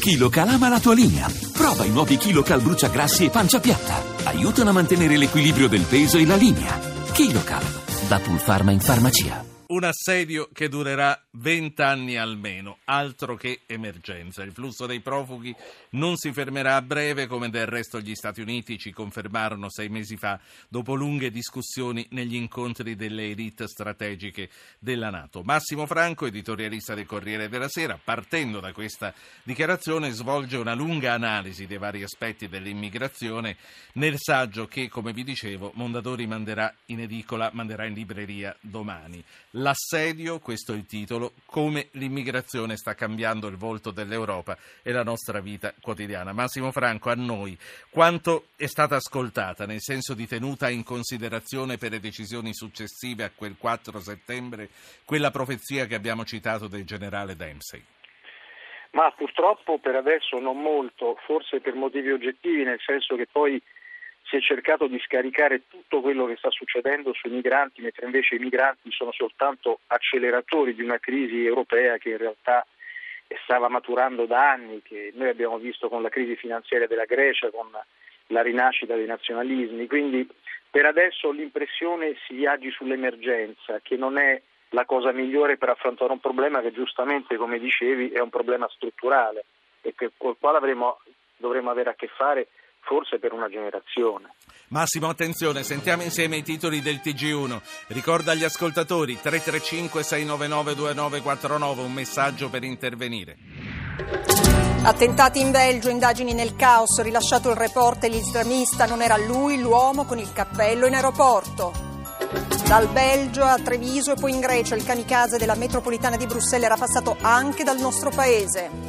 KiloCal ama la tua linea. Prova i nuovi KiloCal bruciagrassi e pancia piatta. Aiutano a mantenere l'equilibrio del peso e la linea. KiloCal, da Pulpharma in farmacia. Un assedio che durerà 20 anni almeno, altro che emergenza. Il flusso dei profughi non si fermerà a breve, come del resto gli Stati Uniti ci confermarono 6 mesi fa, dopo lunghe discussioni negli incontri delle elite strategiche della NATO. Massimo Franco, editorialista del Corriere della Sera, partendo da questa dichiarazione, svolge una lunga analisi dei vari aspetti dell'immigrazione nel saggio che, come vi dicevo, Mondadori manderà in edicola, manderà in libreria domani. L'assedio, questo è il titolo, come l'immigrazione sta cambiando il volto dell'Europa e la nostra vita quotidiana. Massimo Franco, a noi, quanto è stata ascoltata, nel senso di tenuta in considerazione per le decisioni successive a quel 4 settembre, quella profezia che abbiamo citato del generale Dempsey? Ma purtroppo per adesso non molto, forse per motivi oggettivi, nel senso che poi si è cercato di scaricare tutto quello che sta succedendo sui migranti, mentre invece i migranti sono soltanto acceleratori di una crisi europea che in realtà stava maturando da anni, che noi abbiamo visto con la crisi finanziaria della Grecia, con la rinascita dei nazionalismi. Quindi per adesso l'impressione si viaggi sull'emergenza, che non è la cosa migliore per affrontare un problema che giustamente, come dicevi, è un problema strutturale e col quale dovremo avere a che fare forse per una generazione. Massimo, attenzione, sentiamo insieme i titoli del TG1. Ricorda agli ascoltatori 335-699-2949, un messaggio per intervenire. Attentati in Belgio, indagini nel caos, rilasciato il reporter, l'islamista non era lui l'uomo con il cappello in aeroporto. Dal Belgio a Treviso e poi in Grecia, il kamikaze della metropolitana di Bruxelles era passato anche dal nostro paese.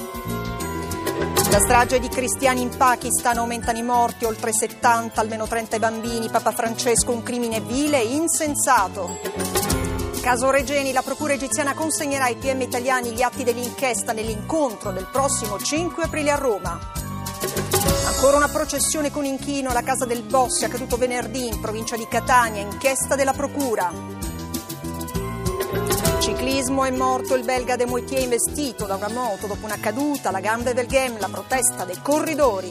La strage di cristiani in Pakistan, aumentano i morti, oltre 70, almeno 30 i bambini. Papa Francesco, un crimine vile e insensato. Caso Regeni, la procura egiziana consegnerà ai PM italiani gli atti dell'inchiesta nell'incontro del prossimo 5 aprile a Roma. Ancora una processione con inchino alla casa del Bossi, accaduto venerdì in provincia di Catania, inchiesta della procura. Ciclismo, è morto il belga De Moitié investito da una moto dopo una caduta alla Gambe del Game, la protesta dei corridori.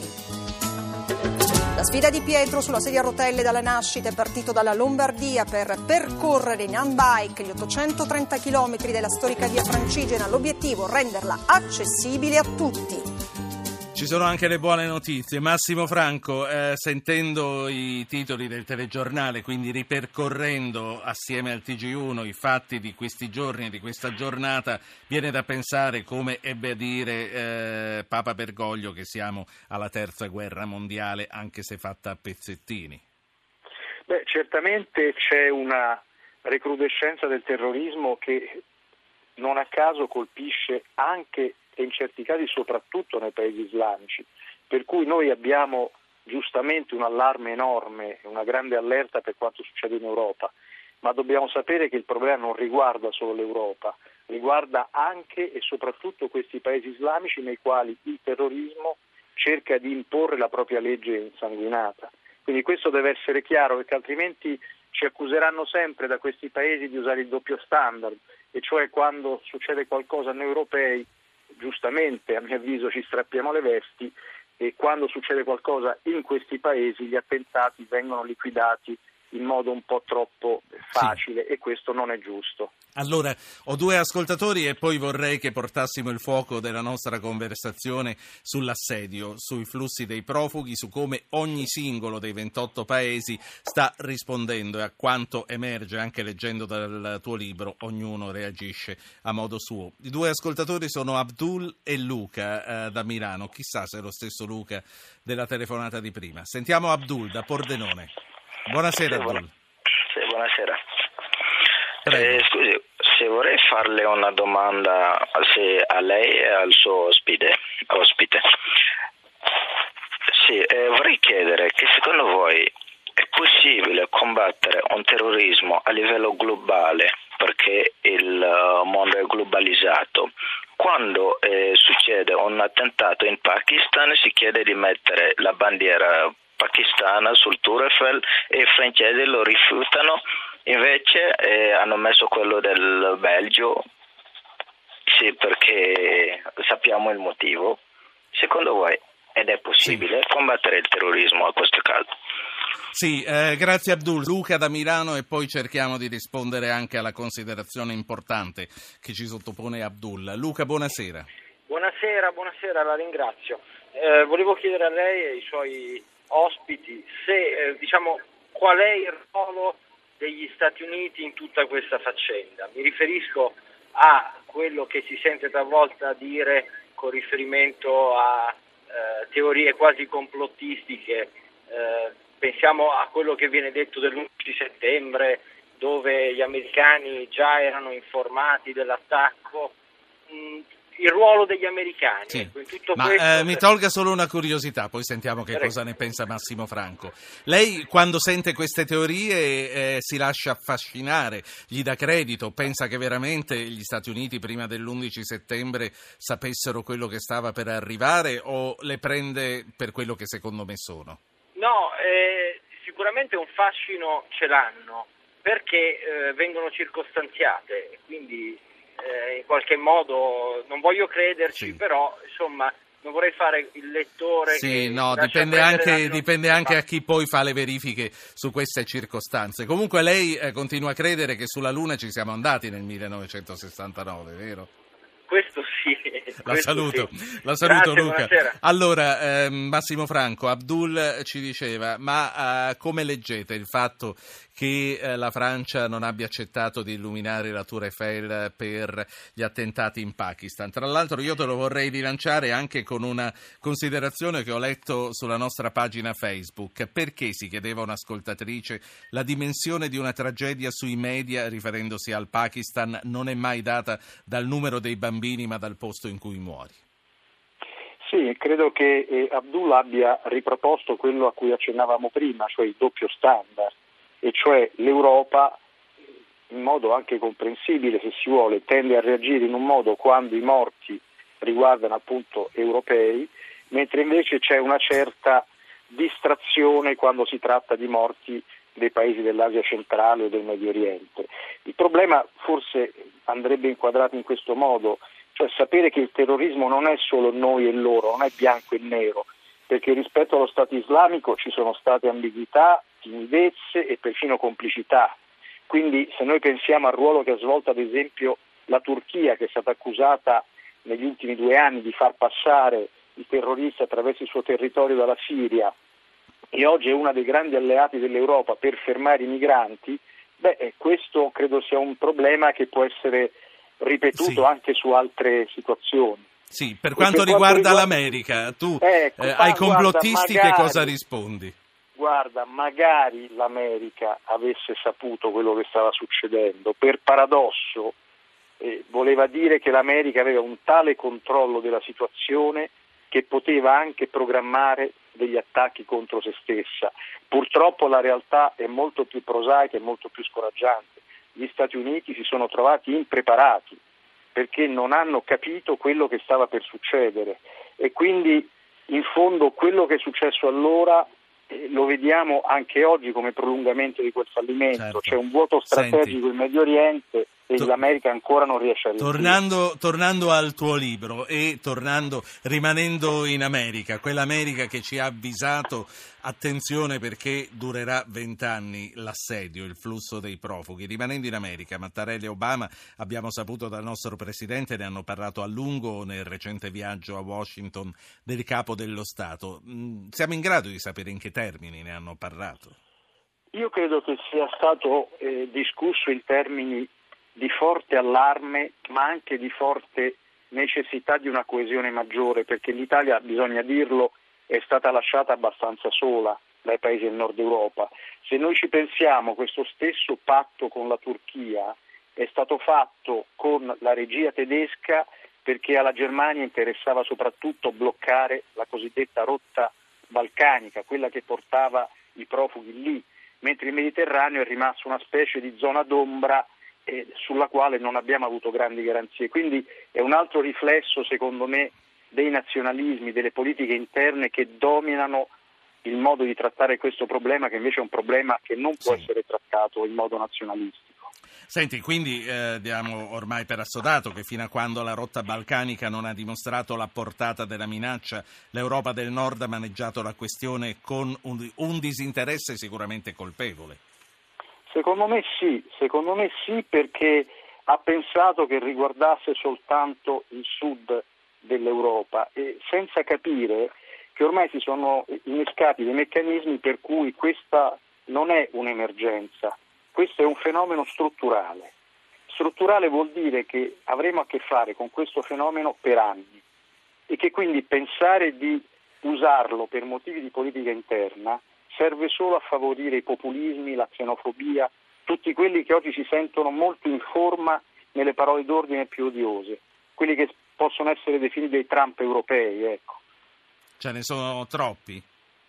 La sfida di Pietro sulla sedia a rotelle dalla nascita, è partito dalla Lombardia per percorrere in handbike gli 830 km della storica via Francigena, l'obiettivo renderla accessibile a tutti. Ci sono anche le buone notizie. Massimo Franco, sentendo i titoli del telegiornale, quindi ripercorrendo assieme al TG1 i fatti di questi giorni e di questa giornata, viene da pensare, come ebbe a dire Papa Bergoglio, che siamo alla terza guerra mondiale, anche se fatta a pezzettini. Beh, certamente c'è una recrudescenza del terrorismo che non a caso colpisce anche e in certi casi soprattutto nei paesi islamici, per cui noi abbiamo giustamente un allarme enorme, una grande allerta per quanto succede in Europa, ma dobbiamo sapere che il problema non riguarda solo l'Europa, riguarda anche e soprattutto questi paesi islamici nei quali il terrorismo cerca di imporre la propria legge insanguinata. Quindi questo deve essere chiaro, perché altrimenti ci accuseranno sempre da questi paesi di usare il doppio standard, e cioè quando succede qualcosa a noi europei, giustamente a mio avviso ci strappiamo le vesti, e quando succede qualcosa in questi paesi gli attentati vengono liquidati in modo un po' troppo facile, sì. E questo non è giusto. Allora, ho 2 ascoltatori e poi vorrei che portassimo il fuoco della nostra conversazione sull'assedio, sui flussi dei profughi, su come ogni singolo dei 28 paesi sta rispondendo e a quanto emerge, anche leggendo dal tuo libro, ognuno reagisce a modo suo. I 2 ascoltatori sono Abdul e Luca da Milano, chissà se è lo stesso Luca della telefonata di prima. Sentiamo Abdul da Pordenone. Buonasera Abdul. Sì, buonasera. Prego. Scusi, vorrei farle una domanda a lei e al suo ospite. Sì, vorrei chiedere che secondo voi è possibile combattere un terrorismo a livello globale, perché il mondo è globalizzato. Quando succede un attentato in Pakistan si chiede di mettere la bandiera pakistana sul Tour Eiffel e i francesi lo rifiutano, invece hanno messo quello del Belgio, sì, perché sappiamo il motivo. Secondo voi ed è possibile combattere il terrorismo a costo caldo? Sì, grazie Abdul. Luca da Milano, e poi cerchiamo di rispondere anche alla considerazione importante che ci sottopone Abdul. Luca, buonasera. Buonasera, la ringrazio. Volevo chiedere a lei e ai suoi ospiti se, qual è il ruolo degli Stati Uniti in tutta questa faccenda. Mi riferisco a quello che si sente talvolta dire con riferimento a teorie quasi complottistiche. Pensiamo a quello che viene detto dell'11 settembre, dove gli americani già erano informati dell'attacco. Il ruolo degli americani, sì. In tutto Ma questo... mi tolga solo una curiosità, poi sentiamo che cosa ne pensa Massimo Franco. Lei, quando sente queste teorie, si lascia affascinare, gli dà credito, pensa che veramente gli Stati Uniti prima dell'11 settembre sapessero quello che stava per arrivare, o le prende per quello che secondo me sono? No, sicuramente un fascino ce l'hanno, perché vengono circostanziate, quindi in qualche modo non voglio crederci, sì. Però insomma non vorrei fare il lettore. Sì, che no, dipende anche a chi poi fa le verifiche su queste circostanze. Comunque lei continua a credere che sulla Luna ci siamo andati nel 1969, vero? Questo sì. La saluto Grazie, Luca. Buonasera. Allora, Massimo Franco, Abdul ci diceva, ma come leggete il fatto che la Francia non abbia accettato di illuminare la Tour Eiffel per gli attentati in Pakistan? Tra l'altro io te lo vorrei rilanciare anche con una considerazione che ho letto sulla nostra pagina Facebook. Perché, si chiedeva un'ascoltatrice, la dimensione di una tragedia sui media, riferendosi al Pakistan, non è mai data dal numero dei bambini ma dal posto in cui muori? Sì, credo che Abdul abbia riproposto quello a cui accennavamo prima, cioè il doppio standard, e cioè l'Europa, in modo anche comprensibile se si vuole, tende a reagire in un modo quando i morti riguardano appunto europei, mentre invece c'è una certa distrazione quando si tratta di morti dei paesi dell'Asia centrale o del Medio Oriente. Il problema forse andrebbe inquadrato in questo modo, cioè sapere che il terrorismo non è solo noi e loro, non è bianco e nero, perché rispetto allo Stato islamico ci sono state ambiguità, timidezze e perfino complicità. Quindi se noi pensiamo al ruolo che ha svolto ad esempio la Turchia, che è stata accusata negli ultimi 2 anni di far passare i terroristi attraverso il suo territorio dalla Siria, e oggi è una dei grandi alleati dell'Europa per fermare i migranti, questo credo sia un problema che può essere ripetuto anche su altre situazioni. Sì, per quanto riguarda l'America, tu ai complottisti che cosa rispondi? Guarda, magari l'America avesse saputo quello che stava succedendo. Per paradosso, voleva dire che l'America aveva un tale controllo della situazione che poteva anche programmare degli attacchi contro se stessa. Purtroppo la realtà è molto più prosaica e molto più scoraggiante. Gli Stati Uniti si sono trovati impreparati perché non hanno capito quello che stava per succedere, e quindi in fondo quello che è successo allora lo vediamo anche oggi come prolungamento di quel fallimento. Certo. C'è un vuoto strategico in Medio Oriente e l'America ancora non riesce a riuscire. Tornando al tuo libro e rimanendo in America, quell'America che ci ha avvisato, attenzione perché durerà 20 anni l'assedio, il flusso dei profughi. Rimanendo in America, Mattarella e Obama, abbiamo saputo dal nostro Presidente, ne hanno parlato a lungo nel recente viaggio a Washington del Capo dello Stato. Siamo in grado di sapere in che termini ne hanno parlato? Io credo che sia stato discusso in termini di forte allarme, ma anche di forte necessità di una coesione maggiore, perché l'Italia, bisogna dirlo, è stata lasciata abbastanza sola dai paesi del nord Europa. Se noi ci pensiamo, questo stesso patto con la Turchia è stato fatto con la regia tedesca perché alla Germania interessava soprattutto bloccare la cosiddetta rotta balcanica, quella che portava i profughi lì, mentre il Mediterraneo è rimasto una specie di zona d'ombra sulla quale non abbiamo avuto grandi garanzie. Quindi è un altro riflesso, secondo me, dei nazionalismi, delle politiche interne che dominano il modo di trattare questo problema, che invece è un problema che non può essere trattato in modo nazionalistico. Senti, quindi diamo ormai per assodato che fino a quando la rotta balcanica non ha dimostrato la portata della minaccia, l'Europa del Nord ha maneggiato la questione con un disinteresse sicuramente colpevole. Secondo me sì, perché ha pensato che riguardasse soltanto il sud dell'Europa e senza capire che ormai si sono innescati dei meccanismi per cui questa non è un'emergenza, questo è un fenomeno strutturale. Strutturale vuol dire che avremo a che fare con questo fenomeno per anni e che quindi pensare di usarlo per motivi di politica interna serve solo a favorire i populismi, la xenofobia, tutti quelli che oggi si sentono molto in forma nelle parole d'ordine più odiose, quelli che possono essere definiti dei Trump europei, ecco. Ce ne sono troppi?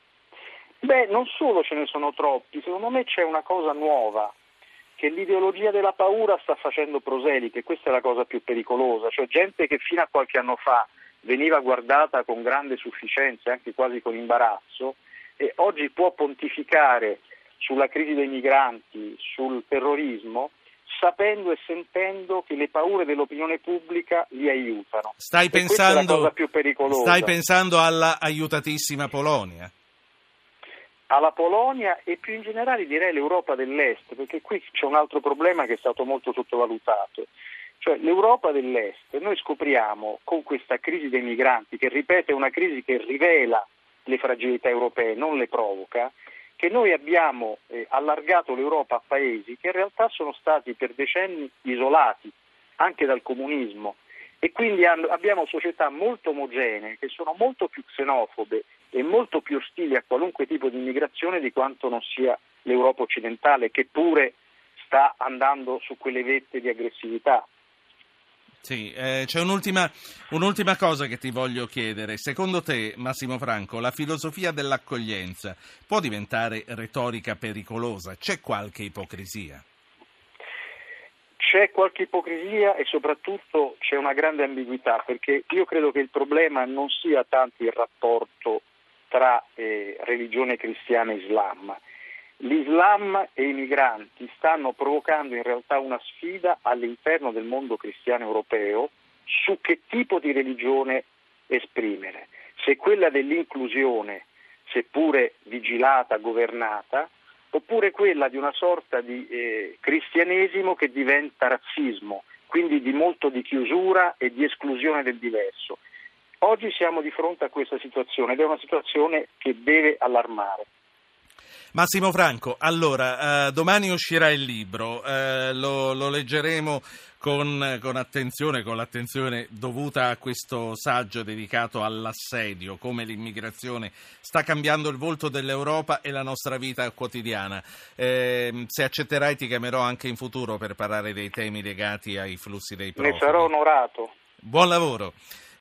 Beh, non solo ce ne sono troppi, secondo me c'è una cosa nuova, che l'ideologia della paura sta facendo proseliti e questa è la cosa più pericolosa, cioè gente che fino a qualche anno fa veniva guardata con grande sufficienza, anche quasi con imbarazzo, e oggi può pontificare sulla crisi dei migranti, sul terrorismo, sapendo e sentendo che le paure dell'opinione pubblica li aiutano. Questa è la cosa più pericolosa. Stai pensando alla aiutatissima Polonia? Alla Polonia e più in generale direi l'Europa dell'Est, perché qui c'è un altro problema che è stato molto sottovalutato. Cioè l'Europa dell'Est, noi scopriamo con questa crisi dei migranti, che ripeto è una crisi che rivela le fragilità europee, non le provoca, che noi abbiamo allargato l'Europa a paesi che in realtà sono stati per decenni isolati anche dal comunismo e quindi abbiamo società molto omogenee che sono molto più xenofobe e molto più ostili a qualunque tipo di immigrazione di quanto non sia l'Europa occidentale, che pure sta andando su quelle vette di aggressività. Sì, c'è un'ultima cosa che ti voglio chiedere. Secondo te, Massimo Franco, la filosofia dell'accoglienza può diventare retorica pericolosa? C'è qualche ipocrisia? C'è qualche ipocrisia e soprattutto c'è una grande ambiguità, perché io credo che il problema non sia tanto il rapporto tra religione cristiana e Islam. L'Islam e i migranti stanno provocando in realtà una sfida all'interno del mondo cristiano europeo su che tipo di religione esprimere, se quella dell'inclusione, seppure vigilata, governata, oppure quella di una sorta di cristianesimo che diventa razzismo, quindi di molto di chiusura e di esclusione del diverso. Oggi siamo di fronte a questa situazione ed è una situazione che deve allarmare. Massimo Franco, allora, domani uscirà il libro, lo leggeremo con attenzione, con l'attenzione dovuta a questo saggio dedicato all'assedio, come l'immigrazione sta cambiando il volto dell'Europa e la nostra vita quotidiana. Se accetterai ti chiamerò anche in futuro per parlare dei temi legati ai flussi dei profughi. Ne sarò onorato. Buon lavoro.